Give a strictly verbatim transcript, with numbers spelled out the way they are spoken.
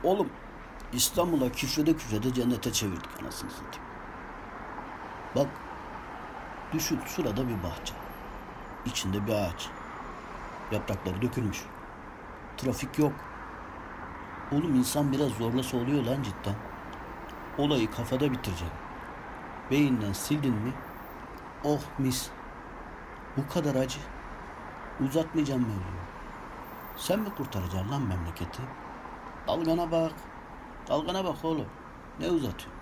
Oğlum İstanbul'a küfrede küfrede cennete çevirdik anasını satayım. Bak düşün şurada bir bahçe. İçinde bir ağaç. Yaprakları dökülmüş. Trafik yok. Oğlum insan biraz zorlasa oluyor lan cidden. Olayı kafada bitireceksin. Beyinden sildin mi? Oh mis. Bu kadar acı. Uzatmayacağım mevzuyu. Sen mi kurtaracaksın lan memleketi? Dalgana bak. Dalgana bak oğlum. Ne uzatıyor?